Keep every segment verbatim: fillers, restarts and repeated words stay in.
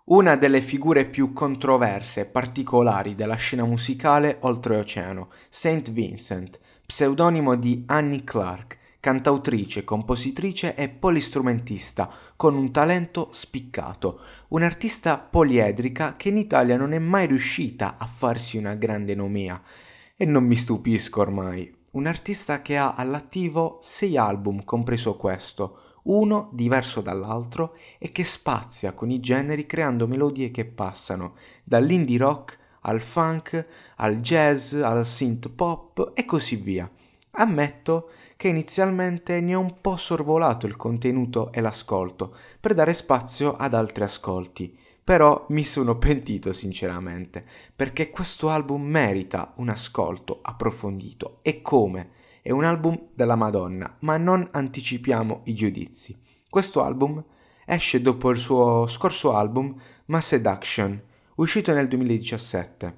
Una delle figure più controverse e particolari della scena musicale oltreoceano, Saint Vincent, pseudonimo di Annie Clark, cantautrice, compositrice e polistrumentista con un talento spiccato, un'artista poliedrica che in Italia non è mai riuscita a farsi una grande nomea. E non mi stupisco ormai. Un artista che ha all'attivo sei album, compreso questo, uno diverso dall'altro e che spazia con i generi creando melodie che passano dall'indie rock al funk, al jazz, al synth pop e così via. Ammetto che inizialmente ne ho un po' sorvolato il contenuto e l'ascolto per dare spazio ad altri ascolti, però mi sono pentito sinceramente, perché questo album merita un ascolto approfondito e come? È un album della Madonna, ma non anticipiamo i giudizi. Questo album esce dopo il suo scorso album Mass Seduction, uscito nel duemiladiciassette.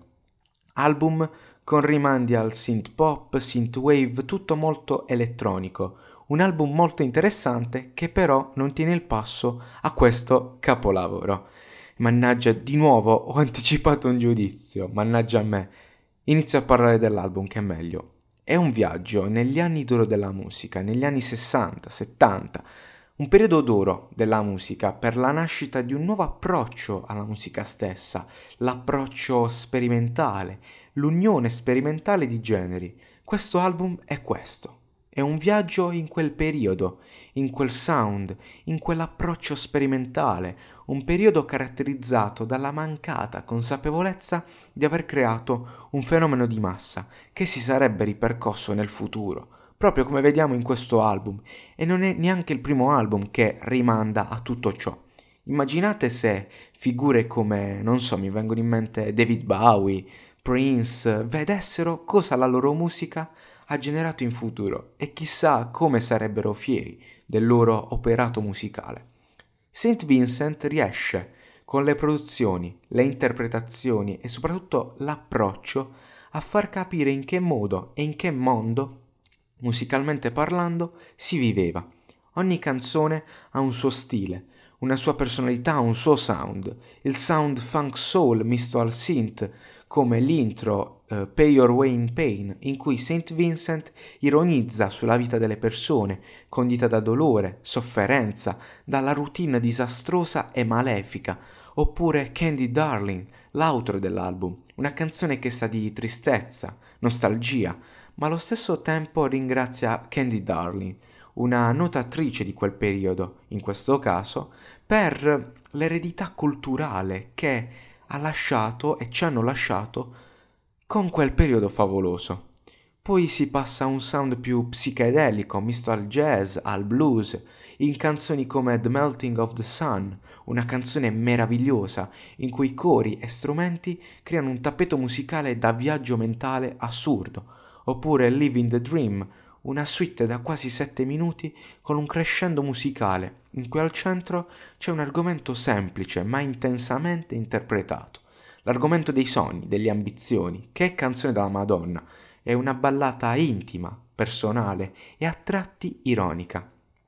Album con rimandi al synth pop, synth wave, tutto molto elettronico. Un album molto interessante che però non tiene il passo a questo capolavoro. Mannaggia, di nuovo ho anticipato un giudizio, mannaggia a me. Inizio a parlare dell'album che è meglio. È un viaggio negli anni d'oro della musica, negli anni sessanta, settanta, un periodo d'oro della musica per la nascita di un nuovo approccio alla musica stessa, l'approccio sperimentale, l'unione sperimentale di generi. Questo album è questo. È un viaggio in quel periodo, in quel sound, in quell'approccio sperimentale, un periodo caratterizzato dalla mancata consapevolezza di aver creato un fenomeno di massa che si sarebbe ripercosso nel futuro, proprio come vediamo in questo album, e non è neanche il primo album che rimanda a tutto ciò. Immaginate se figure come, non so, mi vengono in mente David Bowie, Prince, vedessero cosa la loro musica ha generato in futuro e chissà come sarebbero fieri del loro operato musicale. Saint Vincent riesce, con le produzioni, le interpretazioni e soprattutto l'approccio, a far capire in che modo e in che mondo, musicalmente parlando, si viveva. Ogni canzone ha un suo stile, una sua personalità, un suo sound. Il sound funk soul misto al synth, come l'intro uh, Pay Your Way in Pain, in cui Saint Vincent ironizza sulla vita delle persone, condita da dolore, sofferenza, dalla routine disastrosa e malefica, oppure Candy Darling, l'outro dell'album, una canzone che sa di tristezza, nostalgia, ma allo stesso tempo ringrazia Candy Darling, una nuotatrice di quel periodo, in questo caso, per l'eredità culturale che ha lasciato e ci hanno lasciato con quel periodo favoloso. Poi si passa a un sound più psichedelico, misto al jazz, al blues, in canzoni come The Melting of the Sun, una canzone meravigliosa in cui cori e strumenti creano un tappeto musicale da viaggio mentale assurdo, oppure Living the Dream, una suite da quasi sette minuti con un crescendo musicale, in cui al centro c'è un argomento semplice ma intensamente interpretato. L'argomento dei sogni, delle ambizioni, che è canzone della Madonna, è una ballata intima, personale e a tratti ironica.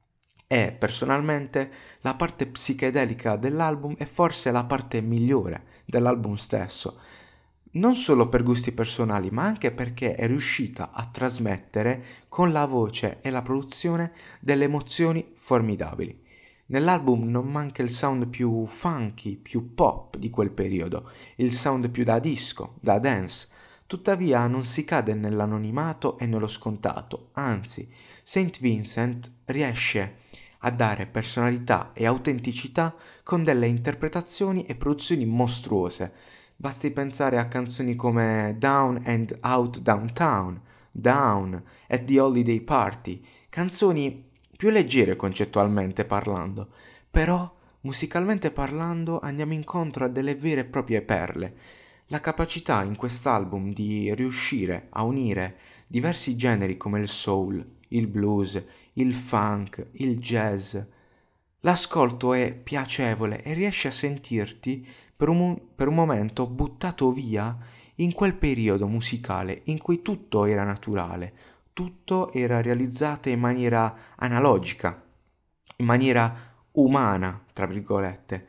E, personalmente, la parte psichedelica dell'album è forse la parte migliore dell'album stesso, non solo per gusti personali, ma anche perché è riuscita a trasmettere con la voce e la produzione delle emozioni formidabili. Nell'album non manca il sound più funky, più pop di quel periodo, il sound più da disco, da dance. Tuttavia non si cade nell'anonimato e nello scontato, anzi, Saint Vincent riesce a dare personalità e autenticità con delle interpretazioni e produzioni mostruose. Basti pensare a canzoni come Down and Out Downtown, Down, At the Holiday Party, canzoni più leggere concettualmente parlando, però musicalmente parlando andiamo incontro a delle vere e proprie perle. La capacità in quest'album di riuscire a unire diversi generi come il soul, il blues, il funk, il jazz. L'ascolto è piacevole e riesci a sentirti per un, per un momento buttato via in quel periodo musicale in cui tutto era naturale, tutto era realizzato in maniera analogica, in maniera umana, tra virgolette,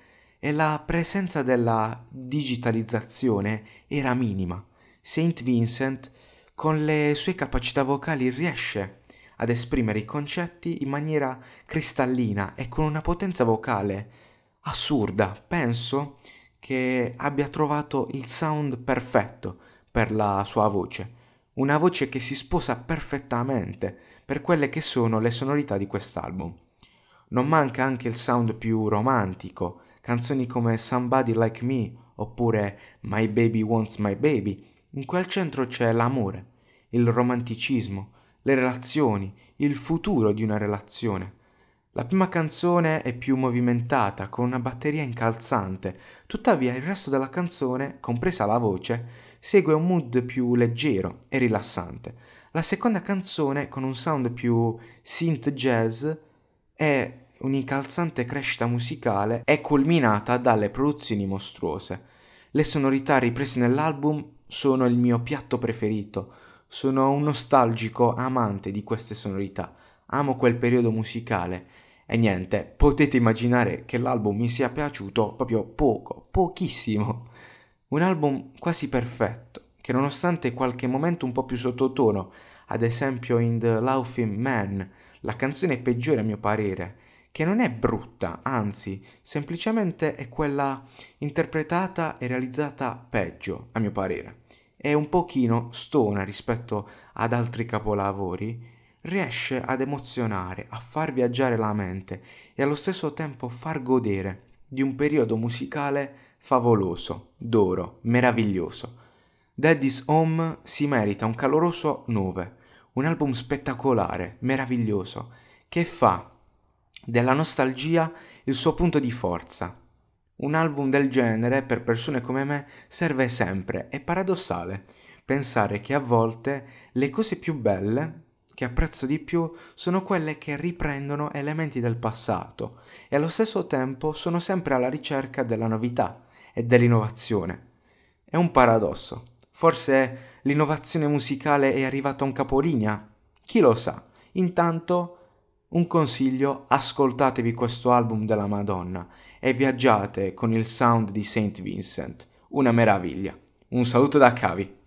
e la presenza della digitalizzazione era minima. Saint Vincent, con le sue capacità vocali, riesce ad esprimere i concetti in maniera cristallina e con una potenza vocale assurda. Penso che abbia trovato il sound perfetto per la sua voce, una voce che si sposa perfettamente per quelle che sono le sonorità di quest'album. Non manca anche il sound più romantico, canzoni come Somebody Like Me oppure My Baby Wants My Baby, in cui al centro c'è l'amore, il romanticismo, le relazioni, il futuro di una relazione. La prima canzone è più movimentata, con una batteria incalzante, tuttavia il resto della canzone, compresa la voce, segue un mood più leggero e rilassante. La seconda canzone, con un sound più synth jazz e un'incalzante crescita musicale, è culminata dalle produzioni mostruose. Le sonorità riprese nell'album sono il mio piatto preferito. Sono un nostalgico amante di queste sonorità. Amo quel periodo musicale. E niente, potete immaginare che l'album mi sia piaciuto proprio poco, pochissimo. Un album quasi perfetto, che nonostante qualche momento un po' più sottotono, ad esempio in The Laughing Man, la canzone peggiore a mio parere, che non è brutta, anzi, semplicemente è quella interpretata e realizzata peggio, a mio parere. È un pochino stona rispetto ad altri capolavori, riesce ad emozionare, a far viaggiare la mente e allo stesso tempo far godere di un periodo musicale favoloso, d'oro, meraviglioso. Daddy's Home si merita un caloroso nove, un album spettacolare, meraviglioso, che fa della nostalgia il suo punto di forza. Un album del genere, per persone come me, serve sempre. È paradossale pensare che a volte le cose più belle, che apprezzo di più, sono quelle che riprendono elementi del passato e allo stesso tempo sono sempre alla ricerca della novità e dell'innovazione. È un paradosso. Forse l'innovazione musicale è arrivata a un capolinea? Chi lo sa? Intanto, un consiglio: ascoltatevi questo album della Madonna e viaggiate con il sound di Saint Vincent. Una meraviglia. Un saluto da Cavi.